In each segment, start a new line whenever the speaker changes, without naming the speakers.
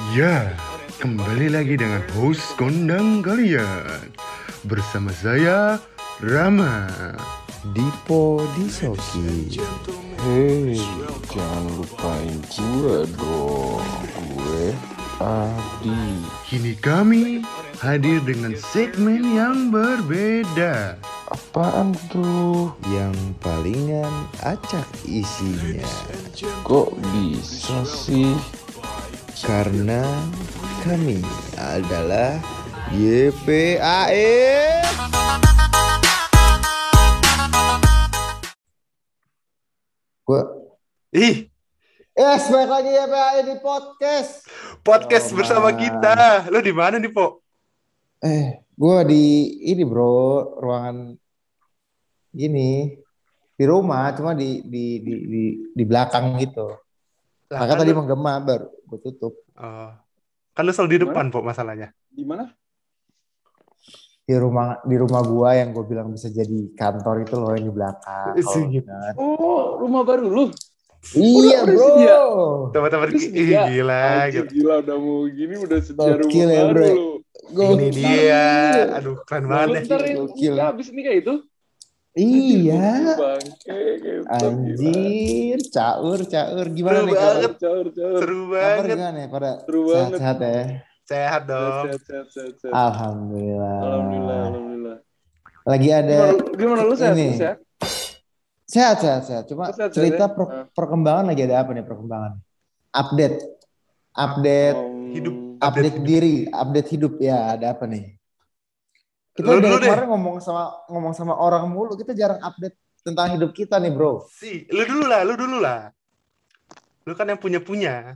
Ya, kembali lagi dengan host kondang kalian. Bersama saya, Rama.
Dipo Disoki. Hei, jangan lupain gue dong. Gue Adi.
Kini kami hadir dengan segmen yang berbeda.
Apaan tuh?
Yang palingan acak isinya.
Kok bisa sih?
Karena kami adalah YPAE. Gua
Ih,
balik lagi YPAE di podcast.
podcast
Oh,
bersama
man.
kita. Lo di mana nih, Po?
Gua di ini bro, ruangan gini di rumah, cuma di belakang gitu.
Lah,
Maka
kan
tadi
lo,
menggema baru gue tutup.
kan lo selalu di
Di
depan, Po, masalahnya.
Di mana?
Di rumah gua yang gue bilang bisa jadi kantor itu loh, yang di belakang. Kalau
Gitu.
ingat.
Oh, rumah baru lu.
Iya
udah
bro.
sedia.
Teman-teman,
Udah sedia.
gila.
Anjir, gila udah mau gini udah sedia rumah
Gokil ya,
baru
bro.
lu.
Ini dia. Aduh, keren banget ya.
Bentar yang
Gokil.
nikah habis nikah itu.
Iya.
Bangke,
Anjir, caur. Gimana
Seru
nih
banget.
Caur.
Seru
kabar
banget.
gimana ya? Pada
Seru banget.
sehat-sehat ya?
Sehat dong.
Sehat.
Alhamdulillah.
Alhamdulillah.
Lagi ada
Gimana lu sehat?
ini.
Lu sehat?
Sehat. Cuma
Sehat,
cerita
ya?
perkembangan lagi ada apa nih perkembangan? Update
Hidup.
update diri, update hidup ya, ada apa nih? Kita
Lu
dari
dulu deh.
kemarin ngomong sama orang mulu, kita jarang update tentang hidup kita nih, bro.
Lu dulu lah. Lu kan yang punya.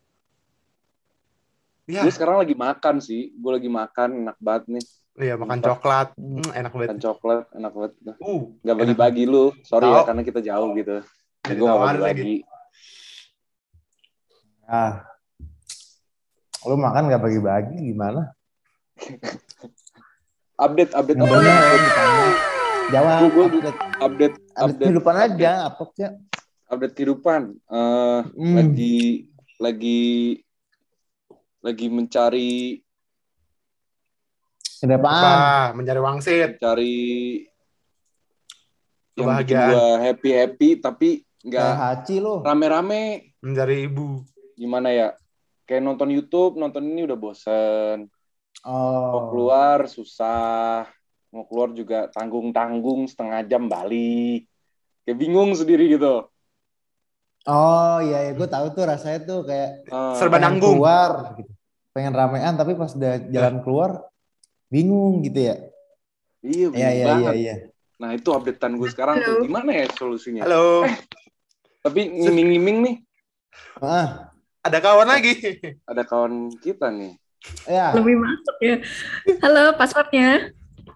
Ya,
Gue sekarang lagi makan sih. Gue lagi makan enak banget nih.
iya makan coklat. Enak banget.
Makan coklat enak banget. Gak
enak.
bagi-bagi lu. Sorry
Tahu.
ya karena kita jauh gitu. Dan gue gak
Ditawarin
bagi-bagi.
Ah, lu makan gak bagi-bagi gimana?
Update
Yang bener ya, ditanya. Jawab.
Gua-
Update kehidupan aja, apoknya.
update kehidupan. Lagi mencari
Kedapaan.
Apa? Mencari wangsit.
yang bikin
Kebahagiaan.
gue happy tapi
Kayak
nggak
Haci lo.
rame-rame.
Mencari ibu.
Gimana ya? Kayak nonton YouTube, nonton ini udah bosen. Mau
Oh.
keluar susah. Mau keluar juga tanggung-tanggung setengah jam balik. Kayak bingung sendiri gitu.
Oh iya, gue tahu tuh rasanya tuh kayak
Serba
pengen
nanggung.
keluar gitu. Pengen ramean tapi pas udah jalan keluar bingung gitu ya.
Iya, bingung banget.
Iya.
Nah, itu updatean gue sekarang tuh. Gimana ya solusinya?
Halo.
Tapi ngiming-ngiming nih.
Ah,
Ada kawan lagi.
Ada kawan kita nih.
ya.
Lebih masuk ya. Halo, passwordnya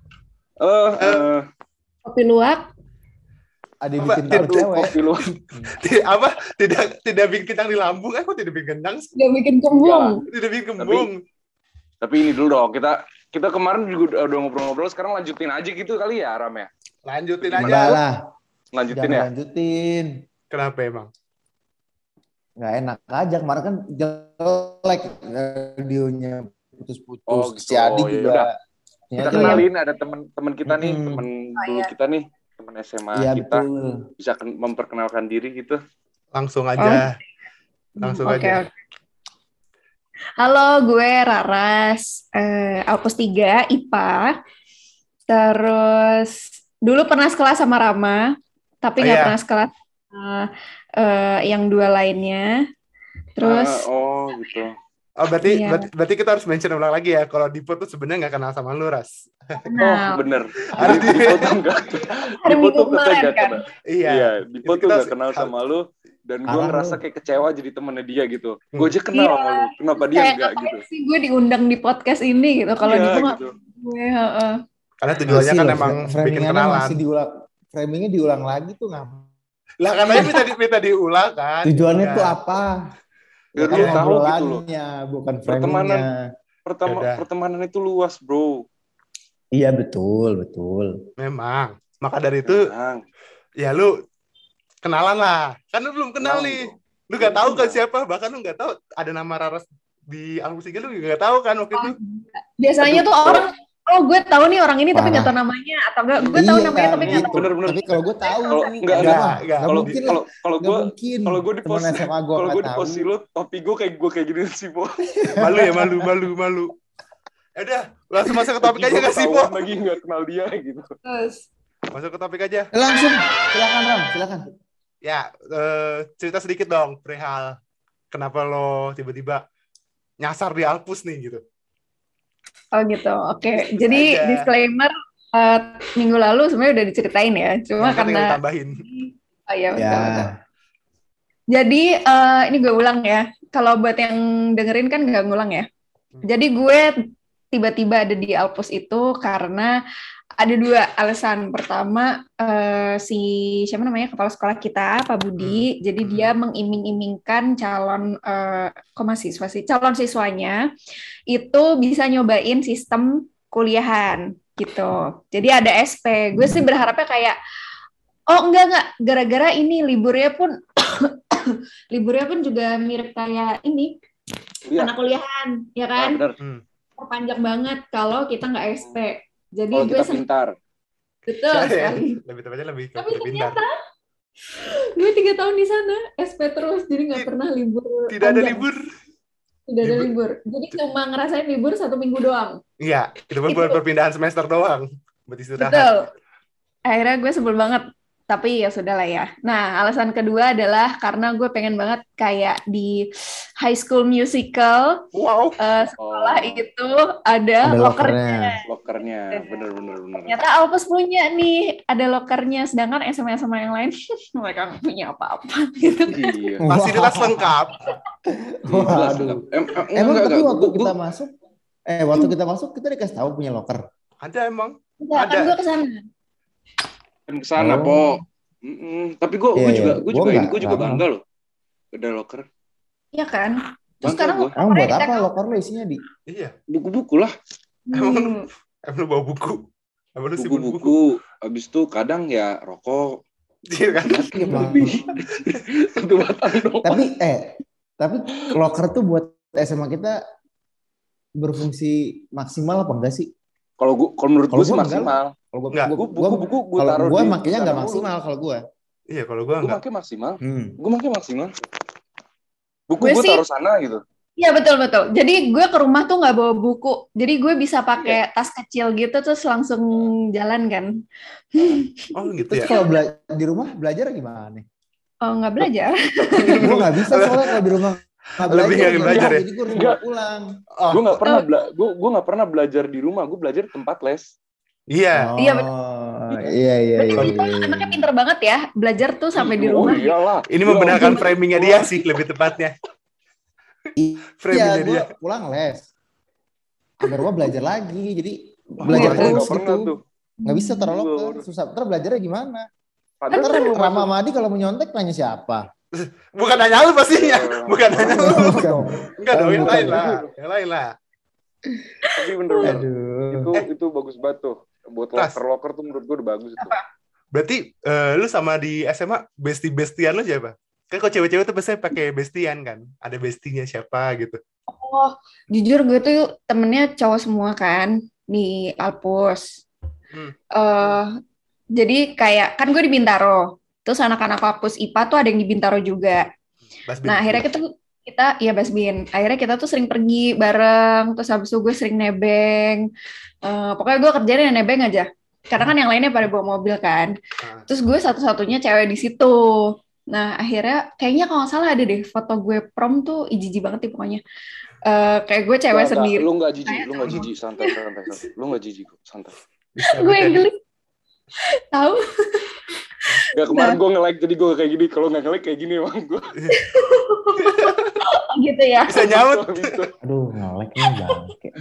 kopi luwak.
Ada
Apa?
bikin taruh cewek.
Kopi lu.
Apa? Tidak bikin kentang di lambung. Kok tidak bikin kentang?
Gak bikin kembung.
Tidak bikin kembung.
Tapi ini dulu dong. Kita kemarin juga udah ngobrol-ngobrol. Sekarang lanjutin aja gitu kali ya, Ram ya?
Lanjutin
Gimana?
aja.
Lah,
Lanjutin
jangan
ya?
lanjutin.
Kenapa emang?
Nggak enak aja. Kemarin kan jelek audionya putus-putus.
Oh, gitu.
Si Adi
Oh, ya
juga.
udah.
Ya,
Kita kenalin ada teman kita nih,
Mm-mm.
teman dulu kita nih, teman SMA
Iya
kita.
betul.
Bisa memperkenalkan diri gitu.
Langsung aja. Langsung
Oke.
aja.
Halo, gue Raras, Alpus 3, IPA. Terus dulu pernah sekelas sama Rama, tapi nggak
Iya.
pernah sekelas sama yang dua lainnya. Terus
Gitu.
Oh, berarti,
Iya.
berarti kita harus mention ulang lagi ya. Kalau Dipo tuh sebenarnya nggak kenal sama lu, Ras.
kenal.
Bener.
Harus
Di foto enggak.
Hari
Di
Minggu
foto
kemarin
enggak
kan.
kenal.
Iya.
Iya, di foto
Kita
enggak
harus-
kenal sama lu dan gue
Parah
ngerasa
lu.
kayak kecewa jadi temennya dia gitu. Gue aja kenal
Iya.
sama lu. Kenapa dia
Kayak
enggak
ngapain
gitu?
sih gue diundang di podcast ini gitu. Kalau
Iya,
gitu mah
gitu.
gue, heeh.
Karena tujuannya
Masih
kan
loh,
emang bikin
framingannya
kenalan.
masih diulang. Framingnya diulang lagi tuh nggak?
Lah katanya minta diulang kan.
Tujuannya
Ya.
tuh apa?
Biar
Kan
lu tahu gitu loh.
ngobrolannya, bukan framingnya.
Yaudah.
Pertemanan itu luas, bro.
Iya betul.
Memang. Maka dari itu,
Nah,
ya lu kenalan lah. Kan lu belum kenal
Kenal
nih.
dong.
Lu gak tahu kan
Kenal.
siapa. Bahkan lu gak tahu ada nama Raras di Alpus 3 lu nggak tahu kan waktu itu.
Biasanya tuh orang, oh gue tahu nih orang ini tapi nggak tahu
Parah.
namanya, atau enggak gue tahu
Iya,
namanya tapi nggak
gitu.
tahu.
Bener-bener.
Tapi kalau gue tahu
Kalau
nih,
enggak,
enggak.
Kalau
mungkin lah.
kalau
Nggak
gue
mungkin.
kalau gue di
Temen
pos
SMA gue
kalau
nggak
gue di
tahu.
posisi lu, topi gue kayak gini sih, Po.
Malu ya, malu. Udah, langsung masuk ke topik aja nggak sih, Po?
Ketahuan lagi nggak kenal dia gitu.
Terus,
Masuk ke topik aja.
Langsung, silakan Ram, silakan.
Ya, cerita sedikit dong perihal kenapa lo tiba-tiba nyasar di Alpus nih gitu.
oh gitu, oke. Jadi
aja.
disclaimer, minggu lalu sebenarnya udah diceritain ya, cuma
Yang penting
karena
lo tambahin.
oh iya betul,
Ya.
betul. Jadi ini gue ulang ya. Kalau buat yang dengerin kan nggak ngulang ya. Jadi gue tiba-tiba ada di Alpus itu karena ada dua alasan. Pertama, si siapa namanya kepala sekolah kita, Pak Budi. Jadi dia mengiming-imingkan calon kok mahasiswa sih, calon siswanya itu bisa nyobain sistem kuliahan gitu. Jadi ada SP. Gue sih berharapnya kayak, oh enggak, gara-gara ini liburnya pun juga mirip kayak ini
Iya.
anak kuliahan, ya
Ah,
kan?
benar.
Perpanjang banget kalau kita nggak SP. Jadi
Kalau
gue
kita pintar.
betul sekali.
Lebih tepatnya lebih ke
Tapi
pintar.
Gue 3 tahun di sana SP terus, jadi nggak pernah libur.
Tidak ada
panjang.
libur.
Tidak ada libur. Jadi cuma ngerasain libur 1 minggu doang.
Iya, itu pun buat perpindahan semester doang. Buat istirahat.
Betul. Akhirnya gue sebel banget. Tapi ya sudahlah ya. Nah, alasan kedua adalah karena gue pengen banget kayak di High School Musical,
Wow.
sekolah itu ada lokernya.
Lokernya, bener.
Ternyata Alpus punya nih, ada lokernya. Sedangkan SMA-SMA yang lain, mereka nggak punya apa-apa. Gitu.
Iya.
Fasilitas lengkap.
Waduh. Emang tapi waktu kita masuk kita dikasih tahu punya loker.
Ada emang.
Enggak, kan
Ada.
gue kesana.
Kan kesana,
Oh.
Po. Tapi gue
Iya,
juga
nggak
bangga loh. Ada loker.
Iya kan? Terus
Bangga
sekarang
gua.
Emang buat
lokernya
apa
kita-
loker lo isinya di?
Iya.
Buku-buku lah.
Emang lu bawa buku? Emang lu simpen buku?
Buku-buku. Abis itu kadang ya rokok.
Iya kan?
Emang.
Satu batang doang.
Tapi loker tuh buat SMA kita berfungsi maksimal apa enggak sih?
Kalau menurut
Kalau
gue sih
gua enggak.
maksimal.
Kalau
Enggak.
Buku-buku gue
kalau
taruh
gue
di
makanya nggak
sana
maksimal kalau gue.
Iya, kalau gua
Gue
enggak.
makai maksimal.
Hmm.
Gue makai maksimal. Buku
Gue
gue
sih-
taruh sana gitu.
Iya betul. Jadi gue ke rumah tuh nggak bawa buku. Jadi gue bisa pakai tas kecil gitu terus langsung jalan kan.
Oh gitu
Terus
ya.
kalau di rumah belajar gimana?
Oh nggak belajar.
Gue nggak bisa soalnya kalau di rumah nggak
Lebih nggak belajar ya?
Jadi gue harus
Enggak.
bawa pulang.
Oh,
Gue nggak pernah belajar di rumah. Gue belajar di tempat les.
iya.
Iya,
Iya.
Berarti itu anaknya pinter banget ya. Belajar tuh sampai di rumah.
Oh iyalah.
Ini membenarkan framingnya dia sih lebih tepatnya.
Iya,
Framingnya
gue
dia.
pulang les. Sampai rumah belajar lagi. Jadi
Wah,
belajar
nggak
terus
pernah
gitu.
tuh.
Nggak bisa taruh
Gua
loker.
baru-
Susah. Ntar belajarnya gimana?
Padahal
Ntar
lu
Rama
masuk-
Madi kalau menyontek nanya siapa?
Bukan nanya lu pastinya. Bukan nanya lu.
Bukan.
Enggak dong, yang
Bukan.
lain lah. Yang lain lah.
Tapi bener-bener
Aduh.
itu bagus banget tuh. Buat
Pras.
loker tuh menurut gue udah bagus itu.
Berarti lu sama di SMA bestie-bestian lu siapa? Kan kalau cewek-cewek tuh biasanya pakai bestian kan. Ada bestinya siapa gitu.
Oh, jujur gue tuh temennya cowok semua kan di Alpus. Jadi kayak kan gue di Bintaro. Terus anak-anak Alpus IPA tuh ada yang di Bintaro juga.
Basbin.
Nah, akhirnya kita ya Basbin. Akhirnya kita tuh sering pergi bareng. Terus habis itu gue sering nebeng. Pokoknya gue kerjain nebeng aja. Karena kan yang lainnya pada bawa mobil kan. Terus gue satu-satunya cewek di situ. Nah, akhirnya kayaknya kalau nggak salah ada deh foto gue prom tuh jijik banget nih pokoknya. Kayak gue cewek
Nggak,
sendiri.
Lu nggak jijik, santai. Lu nggak jijik, santai.
Gue yang geli. Tahu?
Ya kemarin gue nge-like jadi gue kayak gini. Kalau nggak nge-like kayak gini emang gue.
Gitu ya.
Bisa nyaut.
Aduh, nge-like nih bangke.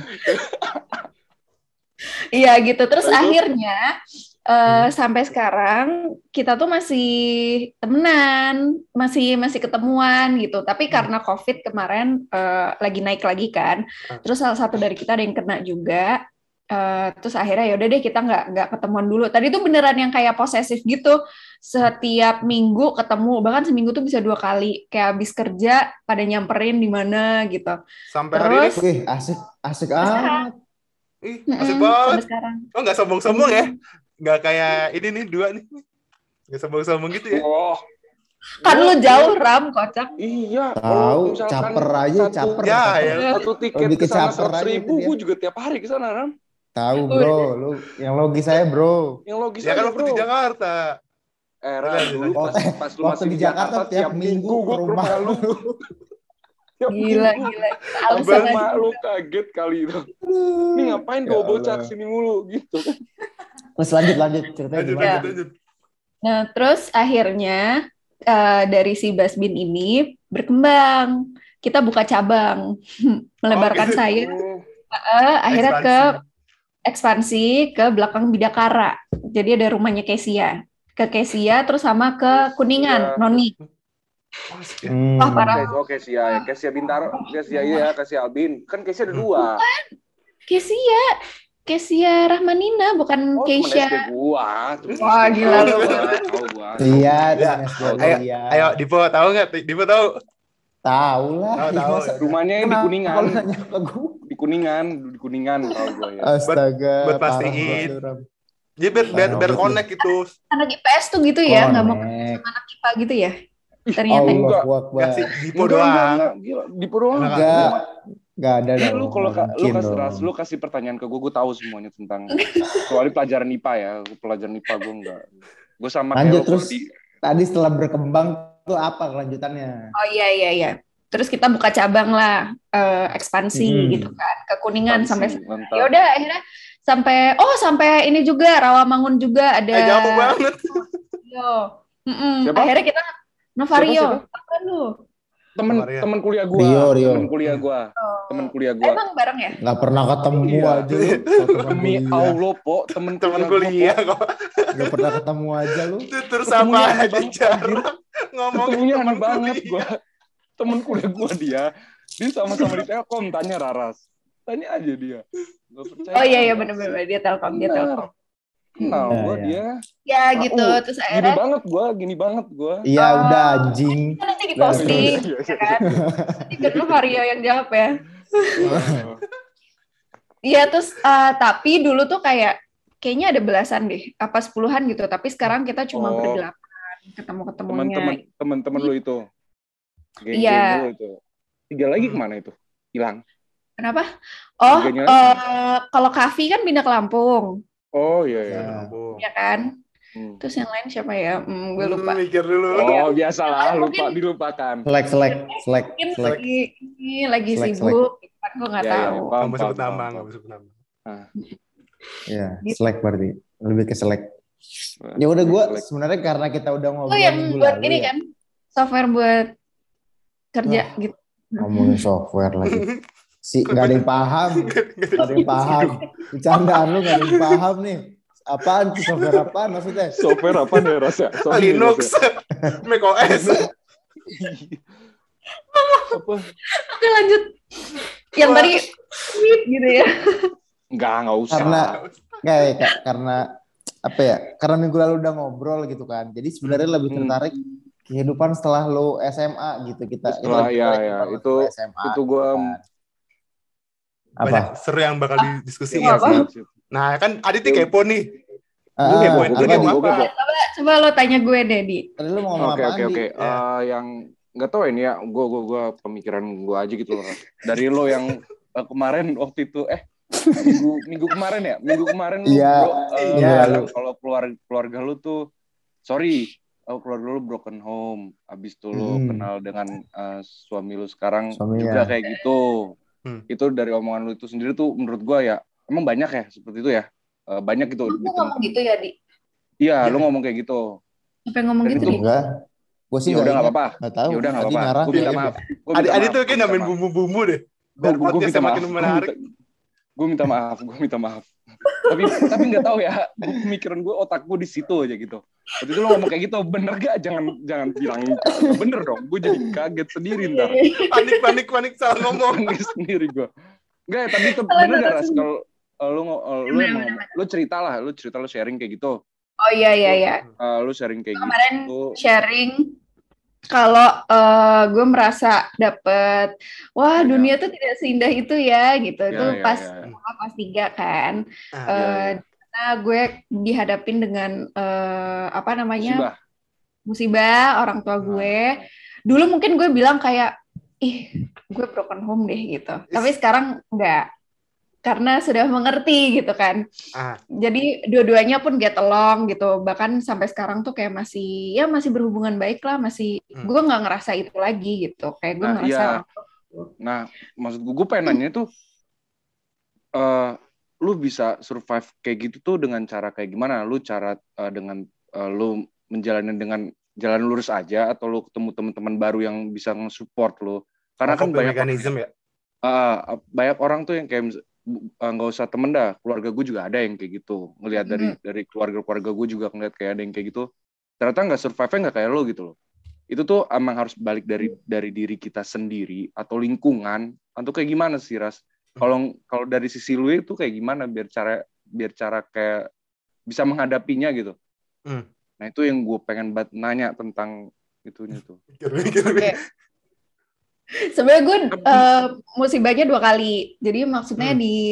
Iya gitu. Terus
Terus?
akhirnya sampai sekarang kita tuh masih temenan, masih ketemuan gitu. Tapi karena COVID kemarin lagi naik lagi kan. Terus salah satu dari kita ada yang kena juga. Terus akhirnya ya udah deh kita nggak ketemuan dulu. Tadi tuh beneran yang kayak posesif gitu. Setiap minggu ketemu, bahkan seminggu tuh bisa 2 kali. Kayak habis kerja pada nyamperin di mana gitu.
Sampai hari ini.
Terus
Wih, asik amat.
Ih, asik banget.
sampai sekarang.
Oh, nggak sombong-sombong ya? Nggak kayak ini nih, 2 nih. Nggak sombong-sombong gitu ya?
Oh,
Kan lu jauh, Ram, kocak.
iya.
Tahu,
Kalau misalkan
caper aja, caper.
Ya,
caper.
ya.
Satu tiket
Lebih
ke
ke
sana
caper aja
100.000,
itu dia.
gue juga tiap hari ke sana, Ram.
Tahu bro, lu yang logis saya bro.
Yang logis
Ya kan
aja,
waktu
bro.
di Jakarta.
Ram, dulu pas lu
Waktu
masih
di Jakarta tiap minggu
gue
ke rumah lu.
Tiap
Gila.
minggu.
Alasan
Abang
aja.
mak lu kaget kali itu. Ini ngapain
Ya
bawa bocah
Allah.
kesini mulu gitu kan.
Terus lanjut ceritanya
Lanjut,
gimana?
lanjut.
Nah, terus akhirnya dari si Basbin ini berkembang. Kita buka cabang, melebarkan
gitu.
sayap.
Oh,
Akhirnya
Ekspansi.
ke ekspansi ke belakang Bidakara. Jadi ada rumahnya Kesia. Ke Kesia terus sama ke Kuningan,
Iya.
Noni. Wah, parah.
Oke, Kesia, Kesia Bintaro, Kesia iya, Kesia Albin. Kan Kesia ada 2.
Kesia Rahmanina, bukan
Oh, temen
Kesia.
SD gua. Temen
Wah,
SD
gila lu.
Tahu gua.
Iya,
Ya,
temen SD
Ayo,
iya.
ayo, Dipo tahu nggak? Dipo tahu?
Tahu lah.
Tahu.
Rumahnya yang di
Kenapa
Kuningan.
kalau nanya ke gua?
Di Kuningan tahu gua ya.
Astaga,
buat
parah
pastiin.
banget lu, Ram.
Jadi biar connect gitu.
Anak IPS tuh gitu ya, nggak mau
Connect.
sama anak IPA gitu ya. Ternyata.
enggak.
Allahu Akbar.
Nggak sih, Dipo doang.
Enggak. Gila, di doang.
Enggak ada
Ini
dong.
lu kalau
nggak
lu
mungkin
kasih
dong.
lu kasih pertanyaan ke gue tahu semuanya tentang kecuali pelajaran IPA ya. Pelajaran IPA gue enggak. Gue sama
Lanjut
kayak lu
terus. Tadi setelah berkembang tuh apa kelanjutannya?
Oh iya. Terus kita buka cabang lah, ekspansi gitu kan, ke Kuningan sampai. Ya udah akhirnya sampai ini juga Rawamangun juga ada.
Jauh banget.
Siapa?
Akhirnya kita Novario.
Siapa?
Apa lu?
Temen kuliah gua.
Rio.
Temen kuliah gua.
Emang bareng ya?
Nggak pernah ketemu
Iya.
aja lu.
Demi Allah, Po, temen
Kuliah kok.
Nggak pernah ketemu aja lu.
Terus
Ketemunya
apa
aneh
aja
banget,
jarang ngomong.
ketemunya aneh banget gua. Temen kuliah gua dia sama-sama di Telkom, tanya Raras. Tanya aja dia. Gak percaya.
Oh iya benar-benar dia Telkom.
Kenal gua
Iya.
dia.
Ya gitu, terus
Gini
akhirnya
banget gua.
Iya udah anjing.
kan nanti diposting,
Iya.
ya kan? Nanti biar Novario yang jawab ya. Iya terus tapi dulu tuh kayaknya ada belasan deh, apa 10-an gitu. Tapi sekarang kita cuma berdelapan ketemu-ketemunya.
Temen-temen lu itu. Geng-geng
Iya.
lu itu. 3 lagi kemana itu? Hilang.
Kenapa? Oh,
Tiganya
kalau Kavi kan pindah ke Lampung,
Oh iya.
ya kan? Terus yang lain siapa ya? Gue lupa.
Mikir dulu.
Oh biasalah,
Mungkin-
dilupakan.
Selek.
Mungkin lagi
Selek.
sibuk, kan gue nggak
Iya, iya.
tahu.
Nggak mau sebut nama.
Iya, selek berarti. Lebih ke selek. Ya udah gue sebenarnya karena kita udah ngobrol
Oh yang
minggu
buat
lalu
ini
ya.
kan, software buat kerja gitu.
Ngomongin software lagi. Nggak ada yang paham. Nggak ada yang paham. Bercandaan lu nggak ada yang paham nih. Apaan tuh software apaan maksudnya?
Software apa nih Rasa?
Linux, macOS.
Apa?
Oke lanjut. Yang tadi tweet gitu ya.
Enggak usah.
Karena apa ya? Karena minggu lalu udah ngobrol gitu kan. Jadi sebenarnya lebih tertarik kehidupan setelah lo SMA gitu kita.
Setelah itu
SMA,
itu gue
Banyak
apa?
seru yang bakal didiskusiin.
Apa?
Nah kan Adit kepo nih.
Coba lo tanya gue deh, Di.
Tadi lu mau ngomong apa?
Oke. Yang nggak tahu ini ya, gue pemikiran gue aja gitu loh. Dari lo yang kemarin waktu itu, minggu kemarin lu kalau keluarga lu tuh, sorry, keluarga lu broken home, abis itu lu kenal dengan suami lu sekarang juga kayak gitu. Itu dari omongan lu itu sendiri tuh menurut gue ya, emang banyak ya seperti itu ya, banyak gitu.
Lu ngomong gitu ya, Di?
Iya, lu ngomong kayak gitu.
Sampai ngomong gitu, Di?
Enggak. Gue sih
Ya udah nggak apa-apa.
Nggak tahu.
Ya udah nggak
Tadi
apa-apa.
ngarah
Gue minta
dia.
maaf.
Adit tuh kayak namain bumbu-bumbu deh. Biar podcast semakin menarik.
Gue minta maaf. Tapi nggak tahu ya. Pemikiran gue, otak gue di situ aja gitu. Waktu itu lo ngomong kayak gitu, bener gak? Jangan bilang bener dong. Gue jadi kaget sendiri ntar.
Panik salah ngomong.
Panik sendiri gue. Enggak ya, tapi itu bener gak Ras? lu emang lu cerita lu sharing kayak gitu.
Oh iya.
Lu sharing kayak
kemarin
gitu.
Sharing kalau gue merasa dapet, wah dunia tuh tidak seindah itu ya gitu. Itu pas 3 kan. Karena gue dihadapin dengan musibah orang tua gue. Dulu mungkin gue bilang kayak, gue broken home deh gitu. Tapi sekarang enggak. Karena sudah mengerti gitu kan. Jadi dua-duanya pun get along gitu. Bahkan sampai sekarang tuh kayak masih berhubungan baik lah. Gue nggak ngerasa itu lagi gitu. Kayak gue ngerasa.
Nah, maksud gue pengen nanya tuh, lu bisa survive kayak gitu tuh dengan cara kayak gimana? Lu dengan lu menjalani dengan jalan lurus aja, atau lu ketemu teman-teman baru yang bisa nge-support lu? Karena kan banyak
mekanisme ya.
Banyak orang tuh yang kayak nggak usah temen dah, keluarga gue juga ada yang kayak gitu. Ngelihat dari keluarga gue juga ngeliat kayak ada yang kayak gitu. Ternyata nggak survive-nya nggak kayak lo gitu loh. Itu tuh emang harus balik dari diri kita sendiri atau lingkungan atau kayak gimana sih, Ras? Kalau dari sisi lu itu kayak gimana biar cara kayak bisa menghadapinya gitu. Nah itu yang gue pengen nanya tentang itunya tuh.
Okay. Sebenarnya gue musibahnya 2 kali. Jadi maksudnya di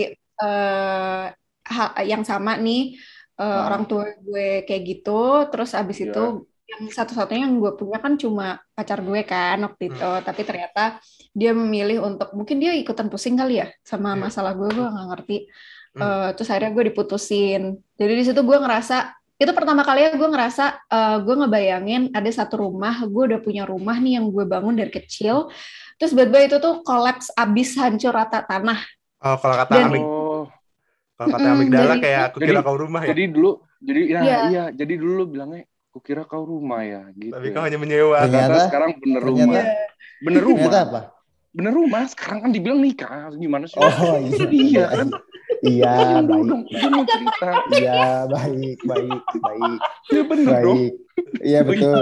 yang sama nih, orang tua gue kayak gitu. Terus abis itu yang satu-satunya yang gue punya kan cuma pacar gue kan waktu itu. Tapi ternyata dia memilih untuk, mungkin dia ikutan pusing kali ya sama masalah gue nggak ngerti. Terus akhirnya gue diputusin. Jadi di situ gue ngerasa, itu pertama kali gue ngerasa, gue ngebayangin ada satu rumah, gue udah punya rumah nih yang gue bangun dari kecil. Terus tiba-tiba itu tuh kolaps, abis, hancur rata tanah.
Kalau kata amigdala kayak aku kira kau rumah ya.
Jadi dulu bilangnya aku kira kau rumah ya gitu.
Tapi kau hanya menyewa.
Ternyata sekarang bener rumah. Bener rumah.
Ternyata apa?
Bener rumah, sekarang kan dibilang nikah. Gimana sih?
Oh iya
kan.
Iya, baik.
Dia mau cerita.
Iya, baik.
Iya bener dong.
Iya betul.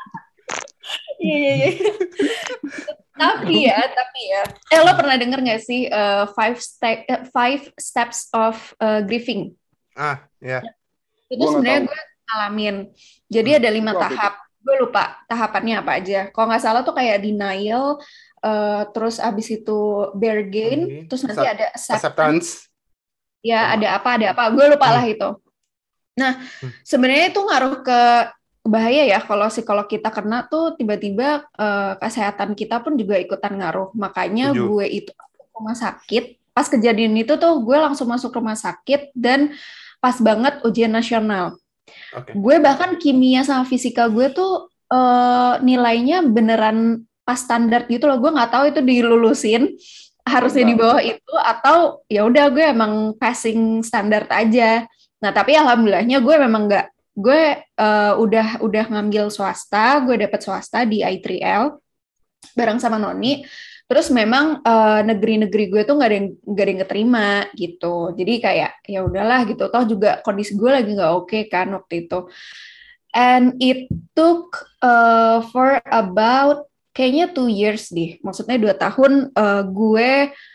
Iya. Tapi ya. Lo pernah denger nggak sih 5 steps of grieving?
Ya.
Itu sebenarnya gue ngalamin. Jadi ada 5 tahap. Gue lupa tahapannya apa aja. Kalau nggak salah tuh kayak denial, terus abis itu bargain, terus nanti ada acceptance. Ya, ada apa. Gue lupa lah itu. Nah, sebenarnya itu ngaruh ke bahaya ya kalau psikolog kita kena tuh tiba-tiba kesehatan kita pun juga ikutan ngaruh. Makanya gue itu masuk rumah sakit. Pas kejadian itu tuh gue langsung masuk rumah sakit dan pas banget ujian nasional. Gue bahkan kimia sama fisika gue tuh nilainya beneran pas standar gitu loh. Gue nggak tahu itu dilulusin harusnya di bawah itu atau ya udah gue emang passing standar aja. Nah tapi alhamdulillahnya gue memang nggak. Gue udah ngambil swasta, gue dapet swasta di I3L bareng sama Noni. Terus memang negeri-negeri gue tuh nggak ada yang keterima gitu. Jadi kayak ya udahlah gitu. Toh juga kondisi gue lagi nggak oke kan waktu itu. And it took for about kayaknya 2 years deh. Maksudnya 2 tahun gue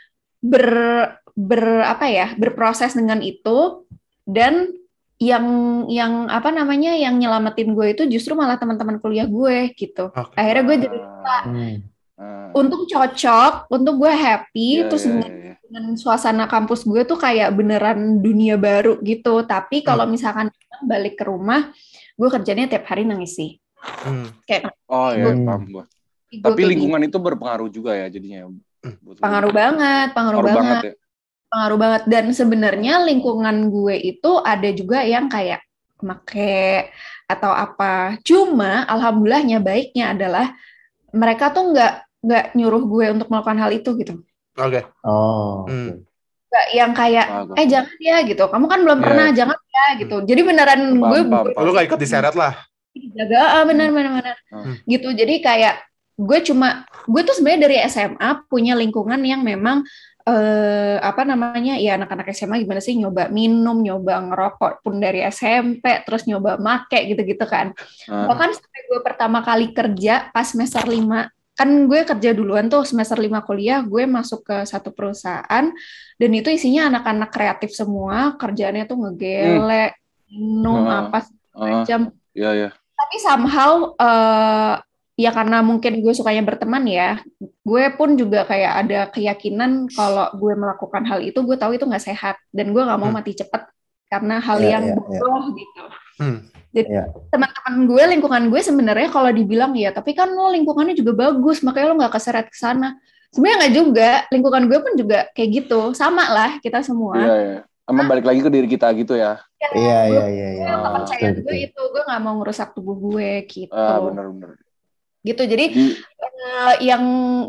berproses dengan itu dan yang nyelamatin gue itu justru malah teman-teman kuliah gue gitu. Akhirnya gue jadi untung cocok, untung gue happy, terus dengan suasana kampus gue tuh kayak beneran dunia baru gitu. Tapi kalau misalkan balik ke rumah, gue kerjanya tiap hari nangis sih. Kayak
paham gue. Tapi lingkungan itu berpengaruh juga ya jadinya.
Pengaruh banget.
Ya?
Pengaruh banget. Dan sebenarnya lingkungan gue itu ada juga yang kayak make atau apa. Cuma alhamdulillahnya baiknya adalah mereka tuh nggak nyuruh gue untuk melakukan hal itu gitu.
Oke.
Nggak yang kayak jangan ya gitu. Kamu kan belum pernah, jangan ya gitu. Jadi beneran gue
lu nggak ikut diseret lah.
Jaga benar. Gitu. Jadi kayak gue tuh sebenarnya dari SMA punya lingkungan yang memang anak-anak SMA gimana sih nyoba minum, nyoba ngerokok pun dari SMP, terus nyoba make gitu-gitu kan. Bahkan sampai gue pertama kali kerja pas semester 5 kan gue kerja duluan tuh semester 5 kuliah, gue masuk ke satu perusahaan dan itu isinya anak-anak kreatif semua, kerjaannya tuh ngegele, minum apa macam.
Iya.
Tapi somehow ya karena mungkin gue sukanya berteman ya, gue pun juga kayak ada keyakinan kalau gue melakukan hal itu, gue tahu itu nggak sehat dan gue nggak mau mati cepat karena hal yang bodoh gitu. Jadi teman-teman gue, lingkungan gue sebenarnya kalau dibilang ya, tapi kan lo lingkungannya juga bagus, makanya lo nggak keseret ke sana. Sebenarnya nggak juga, lingkungan gue pun juga kayak gitu, sama lah kita semua.
Iya. Sama balik lagi ke diri kita gitu ya.
Iya.
Kepercayaan gue itu, gue nggak mau ngerusak tubuh gue gitu.
Benar.
Gitu, jadi yang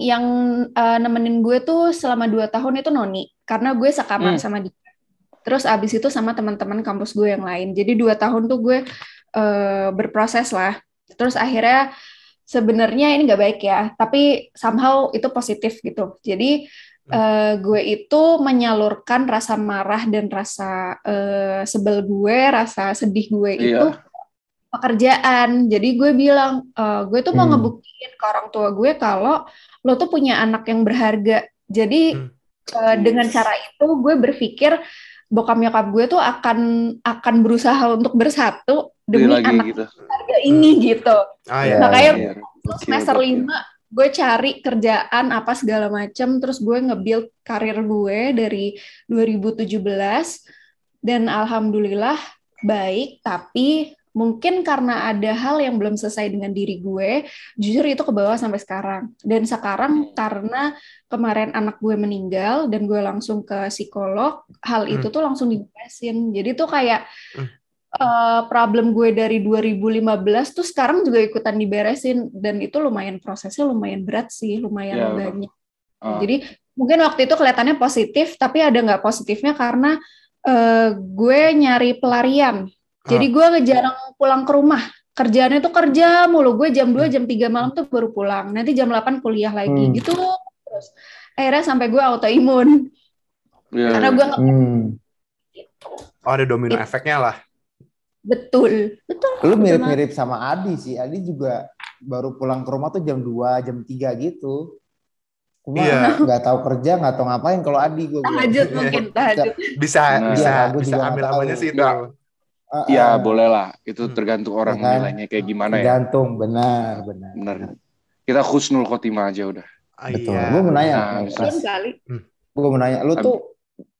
nemenin gue tuh selama 2 tahun itu Noni, karena gue sekamar sama dia. Terus abis itu sama teman-teman kampus gue yang lain. Jadi 2 tahun tuh gue berproses lah. Terus akhirnya sebenarnya ini nggak baik ya, tapi somehow itu positif gitu. Jadi gue itu menyalurkan rasa marah dan rasa sebel gue, rasa sedih gue itu pekerjaan. Jadi gue bilang, gue tuh mau ngebuktiin ke orang tua gue kalau lo tuh punya anak yang berharga. Jadi dengan cara itu gue berpikir bokap nyokap gue tuh akan berusaha untuk bersatu demi anak gitu. Harga ini gitu. Makanya semester 5 gue cari kerjaan apa segala macam, terus gue nge-build karir gue dari 2017 dan alhamdulillah baik, tapi mungkin karena ada hal yang belum selesai dengan diri gue, jujur itu ke bawah sampai sekarang. Dan sekarang karena kemarin anak gue meninggal dan gue langsung ke psikolog, hal itu tuh langsung diberesin. Jadi tuh kayak problem gue dari 2015 tuh sekarang juga ikutan diberesin, dan itu lumayan, prosesnya lumayan berat sih, lumayan banyak. Jadi mungkin waktu itu kelihatannya positif, tapi ada nggak positifnya karena gue nyari pelarian. Jadi gue jarang pulang ke rumah. Kerjaannya tuh kerja mulu. Gue jam 2, jam 3 malam tuh baru pulang. Nanti jam 8 kuliah lagi. Gitu. Terus akhirnya sampai gue autoimun. Karena gue gitu.
Ada domino efeknya lah.
Betul.
Lu mirip-mirip sama Adi sih. Adi juga baru pulang ke rumah tuh jam 2, jam 3 gitu. Cuma nggak tahu kerja, nggak tahu ngapain. Kalau Adi gue
tahajud mungkin.
Bisa ambil namanya sih itu.
Iya, boleh lah. Itu tergantung orang nilainya kayak gimana ya.
Tergantung, benar.
Kita husnul khotimah aja udah.
Betul. Gue mau nanya, lu tuh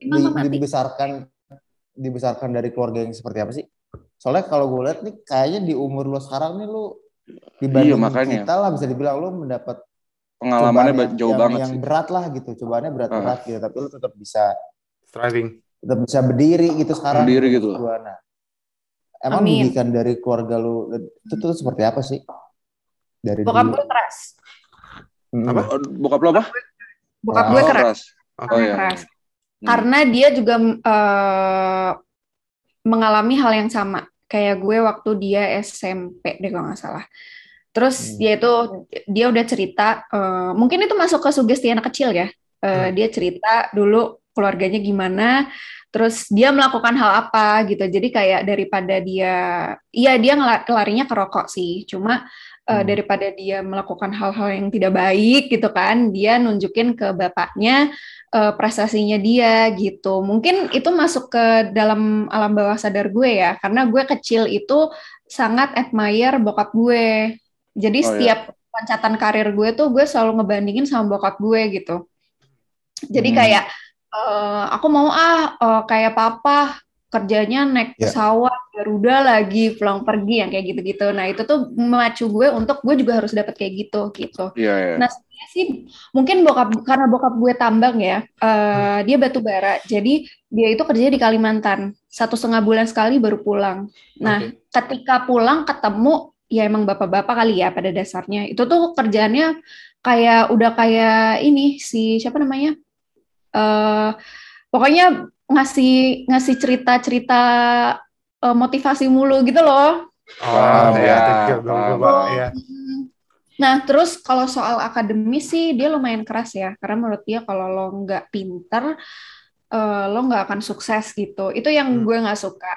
dibesarkan dari keluarga yang seperti apa sih? Soalnya kalau gue lihat nih, kayaknya di umur lu sekarang nih lu dibanding kita lah, bisa dibilang lu mendapat
pengalamannya jauh banget
yang berat lah gitu. Cobaannya berat gitu, tapi lu tetap bisa
striving,
tetap bisa berdiri gitu sekarang.
Berdiri gitu.
Emang didikan dari keluarga lu itu tuh seperti apa sih? Dari
bokap gue keras.
Apa?
Bokap lo apa?
Bokap gue keras. Keras. Karena dia juga mengalami hal yang sama kayak gue waktu dia SMP deh kalau nggak salah. Terus dia udah cerita, mungkin itu masuk ke sugesti anak kecil ya. Dia cerita dulu keluarganya gimana. Terus dia melakukan hal apa gitu. Jadi kayak daripada dia larinya ke rokok sih. Cuma daripada dia melakukan hal-hal yang tidak baik gitu kan, dia nunjukin ke bapaknya prestasinya dia gitu. Mungkin itu masuk ke dalam alam bawah sadar gue ya. Karena gue kecil itu sangat admire bokap gue. Jadi setiap loncatan karir gue tuh gue selalu ngebandingin sama bokap gue gitu. Jadi kayak aku mau kayak papa, kerjanya naik pesawat Garuda lagi pulang pergi yang kayak gitu-gitu. Nah itu tuh memacu gue untuk gue juga harus dapat kayak gitu. Nah sebenarnya sih mungkin karena bokap gue tambang ya, dia batu bara, jadi dia itu kerja di Kalimantan 1,5 bulan sekali baru pulang. Nah ketika pulang ketemu ya emang bapak-bapak kali ya pada dasarnya, itu tuh kerjaannya udah kayak ini si siapa namanya, pokoknya ngasih cerita-cerita motivasi mulu gitu loh. Nah terus kalau soal akademis sih dia lumayan keras ya, karena menurut dia kalau lo nggak pinter lo nggak akan sukses gitu. Itu yang gue nggak suka.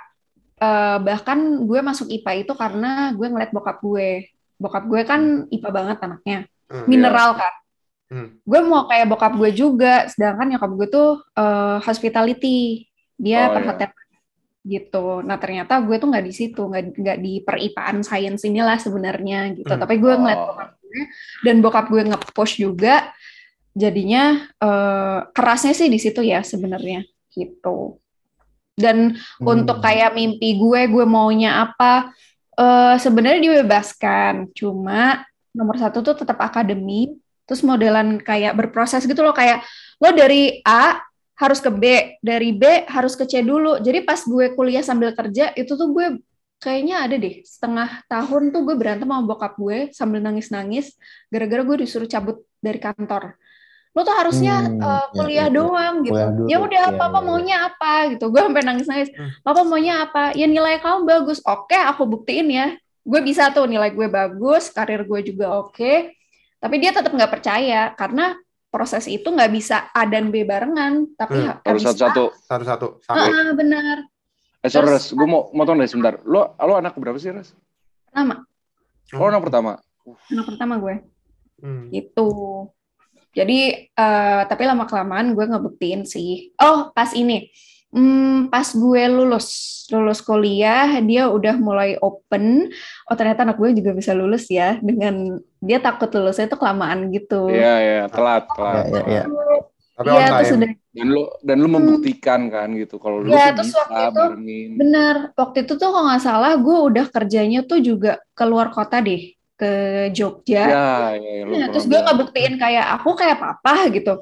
Bahkan gue masuk IPA itu karena gue ngeliat bokap gue kan IPA banget anaknya. mineral kan.
Gue
mau kayak bokap gue juga, sedangkan nyokap gue tuh hospitality, dia perhotelan gitu. Nah ternyata gue tuh nggak di situ, nggak di peripaan sains inilah sebenarnya gitu. Tapi gue ngeliat bokap gue dan bokap gue nge-push juga, jadinya kerasnya sih di situ ya sebenarnya gitu. Dan untuk kayak mimpi gue maunya apa, sebenarnya dibebaskan, cuma nomor satu tuh tetap akademi, terus modelan kayak berproses gitu loh, kayak lo dari A harus ke B, dari B harus ke C dulu. Jadi pas gue kuliah sambil kerja, itu tuh gue kayaknya ada deh setengah tahun tuh gue berantem sama bokap gue sambil nangis-nangis, gara-gara gue disuruh cabut dari kantor. Lo tuh harusnya kuliah doang gitu. Ya udah, papa maunya apa gitu. Gue sampai nangis-nangis. Papa maunya apa? Ya nilai kamu bagus. Oke, aku buktiin ya. Gue bisa tuh, nilai gue bagus, karir gue juga oke. Tapi dia tetap nggak percaya karena proses itu nggak bisa A dan B barengan. Tapi
harus satu-satu.
Benar.
Sorry, Res. Gue mau motong deh sebentar. Lo anak berapa sih, Res?
Pertama.
Oh, anak pertama.
Anak pertama gue. Gitu. Jadi, tapi lama-kelamaan gue ngebuktiin sih. Oh, pas ini. Pas gue lulus kuliah, dia udah mulai open. Oh, ternyata anak gue juga bisa lulus ya. Dengan dia takut lulusnya itu kelamaan gitu.
Iya, telat.
Iya.
Tapi on time.
Dan lu membuktikan kan gitu. Kalau lu tuh bisa barengin.
Bener. Waktu itu tuh kalau nggak salah, gue udah kerjanya tuh juga keluar kota deh. Ke Jogja. Terus gue ngebuktiin kayak aku kayak papa gitu.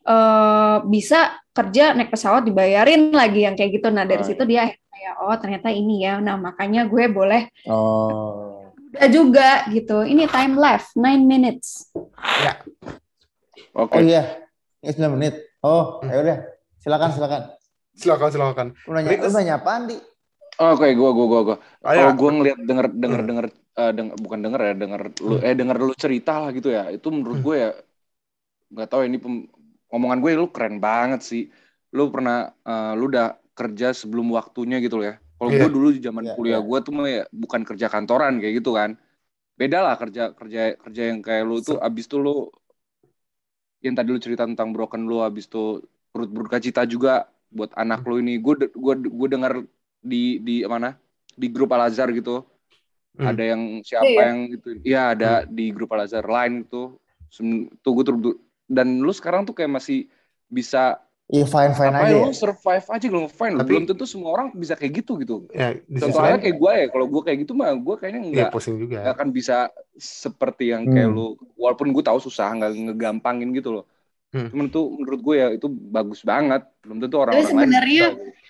Bisa kerja naik pesawat dibayarin lagi yang kayak gitu. Nah dari situ dia kayak ternyata ini ya. Nah makanya gue boleh udah juga gitu. Ini time left 9 minutes.
Ya.
Oke. Oh iya. Ini 9 menit. Oh, ya udah. Silakan. Lu nanya apaan, Di?
Oke, gue. Kalau gue ngeliat denger lu cerita lah gitu ya. Itu menurut gue ya, nggak tahu ini omongan gue, lu keren banget sih. Lu pernah, lu udah kerja sebelum waktunya gitu loh ya. Kalau gue dulu di zaman kuliah gue tuh ya bukan kerja kantoran kayak gitu kan. Beda lah kerja yang kayak lu tuh abis tuh lu yang tadi lu cerita tentang broken lu, abis tuh turut berduka cita juga buat anak lu ini. Gue dengar di mana di grup Al-Azhar gitu ada yang yang gitu ya, ada di grup Al-Azhar lain itu gue dan lu sekarang tuh kayak masih bisa
fine aja
lu survive aja, lu fine. Tapi, belum tentu semua orang bisa kayak gitu
ya,
contohnya kayak gue ya, kalau gue kayak gitu mah gue kayaknya nggak akan bisa seperti yang kayak lu, walaupun gue tahu susah, nggak ngegampangin gitu loh. Cuman tuh menurut gue ya itu bagus banget. Belum tentu orang-orang lain
sebenarnya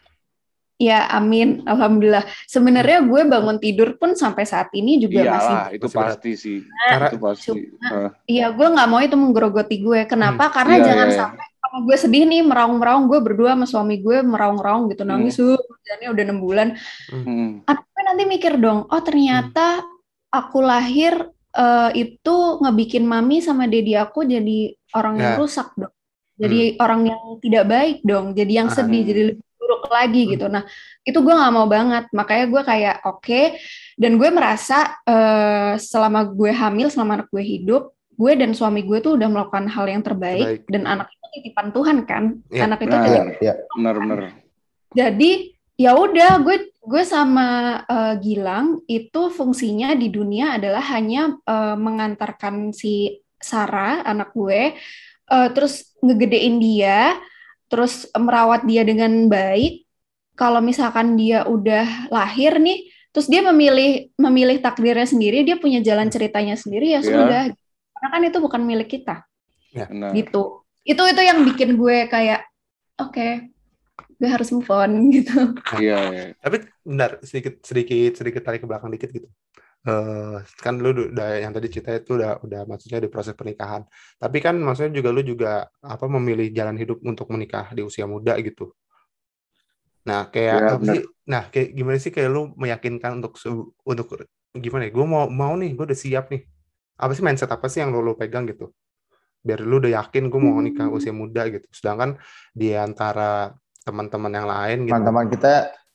ya amin, alhamdulillah. Sebenarnya gue bangun tidur pun sampai saat ini juga masih.
Itu pasti sih. Itu pasti.
Iya, gue nggak mau itu menggerogoti gue. Kenapa? Karena jangan sampai kalau gue sedih nih, meraung-meraung, gue berdua sama suami gue meraung-raung gitu, nangis. Kerjaannya udah 6 bulan. Aku nanti mikir dong, oh ternyata aku lahir itu ngebikin mami sama dedi aku jadi orang yang rusak dong. Jadi orang yang tidak baik dong. Jadi yang sedih, jadi lebih buruk lagi gitu. Nah itu gue nggak mau banget, makanya gue kayak oke. Dan gue merasa selama gue hamil, selama anak gue hidup, gue dan suami gue tuh udah melakukan hal yang terbaik. Dan anak itu titipan Tuhan kan, anak itu
benar.
Jadi ya udah, gue sama Gilang itu fungsinya di dunia adalah hanya mengantarkan si Sarah anak gue, terus ngegedein dia, terus merawat dia dengan baik. Kalau misalkan dia udah lahir nih, terus dia memilih takdirnya sendiri, dia punya jalan ceritanya sendiri, ya sudah. Karena kan itu bukan milik kita. Gitu. Itu yang bikin gue kayak oke, gue harus move on gitu.
Iya.
Tapi benar, sedikit tarik ke belakang dikit gitu. Kan lu udah yang tadi cerita itu udah maksudnya di proses pernikahan. Tapi kan maksudnya juga lu juga memilih jalan hidup untuk menikah di usia muda gitu. Nah, kayak kayak gimana sih kayak lu meyakinkan untuk gimana ya? Gue mau nih, gue udah siap nih. Apa sih mindset apa sih yang lu pegang gitu? Biar lu udah yakin gue mau nikah usia muda gitu. Sedangkan di antara teman-teman yang lain gitu.
Teman-teman kita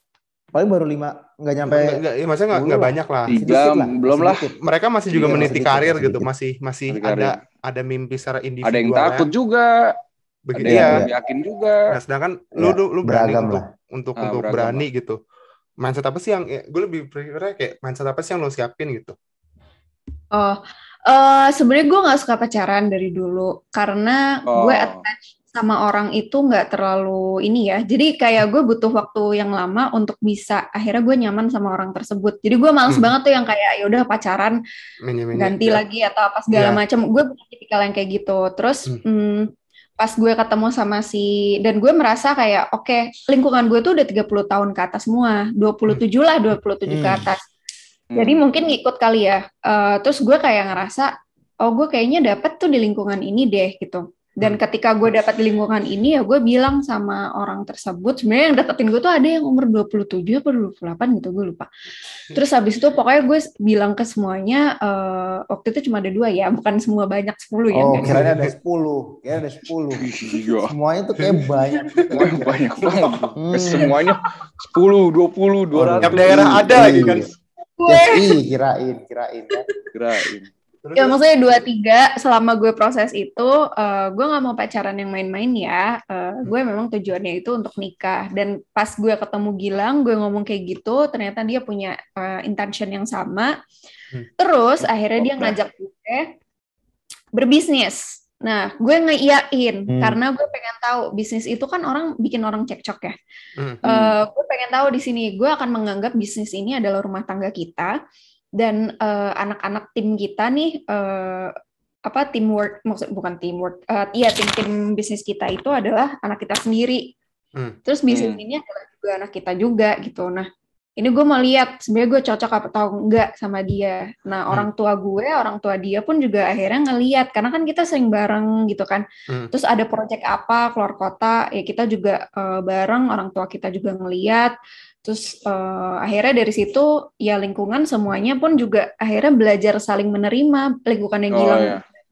Paling baru 5, nggak nyampe.
Ya, maksudnya nggak banyak lah.
3 belum lah.
Mereka masih juga meniti karir gitu, masih
karir.
ada mimpi secara individual.
Ada yang takut juga.
Begitu
ada yang
ya.
yakin juga.
Nah, sedangkan lu berani untuk berani
lah.
gitu. Mindset apa sih yang gue lebih prefer kayak mindset apa sih yang lo siapin gitu?
Sebenarnya gue nggak suka pacaran dari dulu karena gue attach sama orang itu nggak terlalu ini ya. Jadi kayak gue butuh waktu yang lama untuk bisa akhirnya gue nyaman sama orang tersebut. Jadi gue males banget tuh yang kayak ya udah pacaran ganti lagi atau apa segala macam. Gue bukan tipikal yang kayak gitu. Terus pas gue ketemu sama dan gue merasa kayak oke, lingkungan gue tuh udah 30 tahun ke atas semua, 27 ke atas. Jadi mungkin ngikut kali ya. Terus gue kayak ngerasa, gue kayaknya dapet tuh di lingkungan ini deh gitu. Dan ketika gue dapet di lingkungan ini ya gue bilang sama orang tersebut, sebenarnya yang deketin gue tuh ada yang umur 27 atau 28 gitu, gue lupa. Terus habis itu pokoknya gue bilang ke semuanya, waktu itu cuma ada 2 ya, bukan semua banyak 10 ya.
Kira-kira ada 10. Semuanya tuh kayak banyak.
Banyak banget. Semuanya 10, 20, 200.
Tiap daerah ada gitu kan.
Kirain.
Ya maksudnya 2-3 selama gue proses itu, gue nggak mau pacaran yang main-main ya. Gue memang tujuannya itu untuk nikah. Dan pas gue ketemu Gilang, gue ngomong kayak gitu, ternyata dia punya intention yang sama. Terus akhirnya dia ngajak gue berbisnis. Nah, gue ngeiyain karena gue pengen tahu bisnis itu kan bikin orang cekcok ya. Gue pengen tahu di sini gue akan menganggap bisnis ini adalah rumah tangga kita. Dan anak-anak tim kita nih teamwork, maksud bukan teamwork, tim bisnis kita itu adalah anak kita sendiri. Terus bisnis ini adalah juga anak kita juga gitu. Nah, ini gue mau lihat sebenarnya gue cocok atau enggak sama dia. Nah, orang tua dia pun juga akhirnya ngelihat karena kan kita sering bareng gitu kan. Terus ada proyek apa keluar kota ya kita juga bareng, orang tua kita juga ngelihat. Terus akhirnya dari situ ya lingkungan semuanya pun juga akhirnya belajar saling menerima. Lingkungan yang Gilang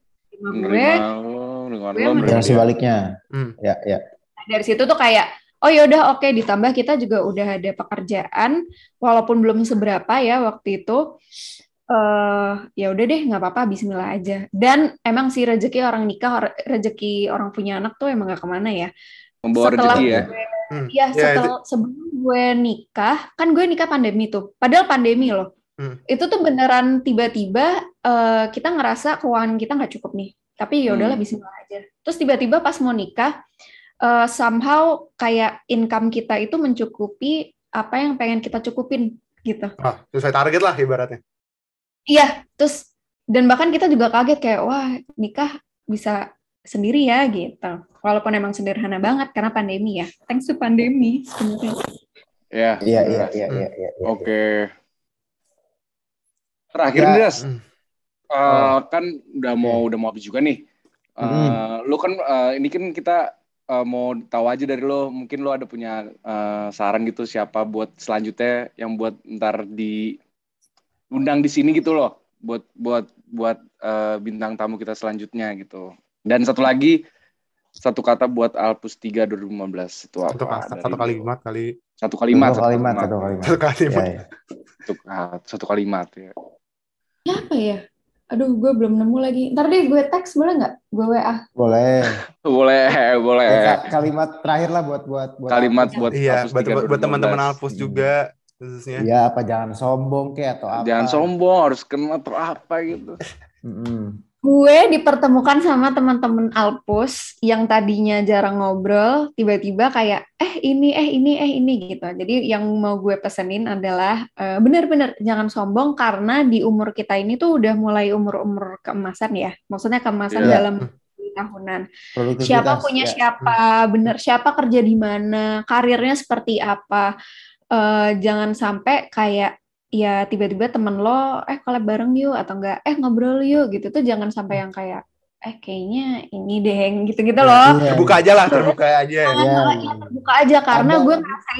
menerima sebaliknya. Ya.
Dari situ tuh kayak yaudah oke, ditambah kita juga udah ada pekerjaan walaupun belum seberapa ya waktu itu. Ya udah deh, nggak apa-apa, bismillah aja. Dan emang sih rezeki orang nikah, rezeki orang punya anak tuh emang nggak kemana ya.
Membawa rezeki ya.
Sebelum gue nikah, kan gue nikah pandemi tuh. Padahal pandemi loh. Itu tuh beneran tiba-tiba kita ngerasa keuangan kita nggak cukup nih. Tapi ya udahlah bismillah aja. Terus tiba-tiba pas mau nikah, somehow kayak income kita itu mencukupi apa yang pengen kita cukupin gitu.
Sesuai target lah ibaratnya.
Iya, terus dan bahkan kita juga kaget kayak wah nikah bisa sendiri ya gitu. Walaupun emang sederhana banget karena pandemi ya. Thanks to pandemi sebenarnya.
Iya.
Oke. Terakhir nih, Das. Kan udah mau habis juga nih. Lo kan ini kan kita mau tahu aja dari lo, mungkin lo ada punya saran gitu siapa buat selanjutnya yang buat ntar diundang di sini gitu loh, buat bintang tamu kita selanjutnya gitu. Dan satu kata buat Alpus 3 2015 itu apa?
Satu kalimat kali.
Satu kalimat. Satu kalimat ya.
Apa ya? Aduh, gue belum nemu lagi. Ntar deh gue teks boleh nggak? Gue WA.
Boleh.
Kalimat terakhir lah buat
kalimat buat
buat teman-teman Alpus juga khususnya.
Iya, apa jangan sombong kayak atau apa?
Jangan sombong, harus kenal atau apa gitu.
Gue dipertemukan sama teman-teman Alpus yang tadinya jarang ngobrol, tiba-tiba kayak ini gitu. Jadi yang mau gue pesenin adalah benar-benar jangan sombong karena di umur kita ini tuh udah mulai umur keemasan ya. Maksudnya keemasan dalam tahunan. Siapa punya siapa, siapa kerja di mana, karirnya seperti apa. Jangan sampai kayak ya tiba-tiba temen lo collab bareng yuk atau enggak ngobrol yuk gitu tuh jangan sampai yang kayak kayaknya ini deh gitu-gitu loh.
Terbuka aja terbuka aja karena
gue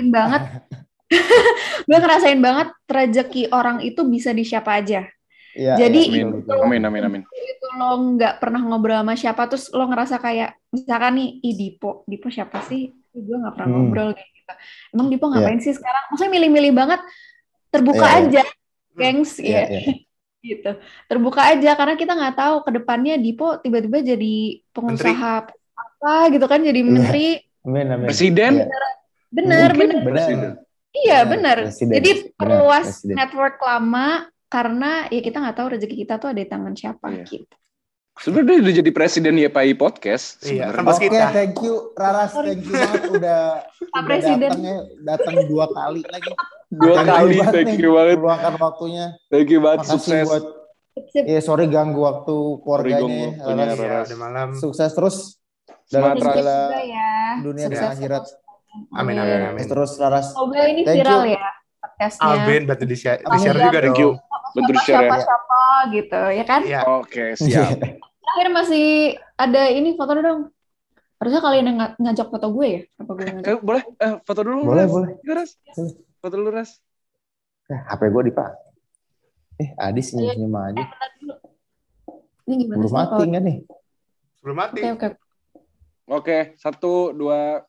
ngerasain banget rezeki orang itu bisa di siapa aja. Jadi
amin.
Itu lo nggak pernah ngobrol sama siapa terus lo ngerasa kayak misalkan nih Dipo siapa sih? gue nggak pernah ngobrol kayak gitu. Emang Dipo ngapain sih sekarang? Maksudnya milih-milih banget, terbuka aja, gengs, ya. Gitu. Terbuka aja karena kita nggak tahu ke depannya Dipo tiba-tiba jadi pengusaha apa gitu kan, jadi menteri.
Presiden.
Bener. Iya benar.
Presiden.
Jadi perluas network lama karena ya kita nggak tahu rezeki kita tuh ada di tangan siapa gitu.
Sebenarnya udah jadi presiden YPI Podcast.
Iya, kan
Oke, thank you Raras, thank you banget udah datang 2 kali lagi.
2 kali, thank you banget.
Meluangkan waktunya.
Thank you banget,
makasih
sukses.
Buat, sorry ganggu waktu keluarganya.
Raras. Udah malam.
Sukses terus dalam segala dunia dan akhirat.
Amin.
Terus Raras.
Semoga ini viral ya podcastnya.
Amin, berarti di-share juga
thank
dong.
Bantu di-share ya.
Siapa gitu, ya kan?
Iya.
Oke, siap.
Terakhir masih ada ini foto dong. Harusnya kalian yang ngajak foto gue ya? Apa gue ngajak?
Boleh, foto dulu.
Boleh.
Ras. Foto dulu, Ras.
HP gue dipakai. Adi senyum aja.
Ini gimana
belum mati kan nih?
Belum mati.
Oke, 1, 2.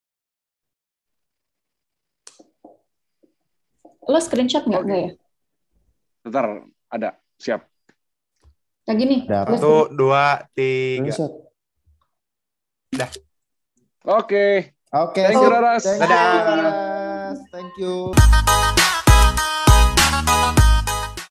Lo screenshot nggak gue ya?
Bentar, ada. Siap.
Kayak gini.
1, 2, 3. Dah.
Oke.
Thank you, Raras.
Dadah.
Thank you.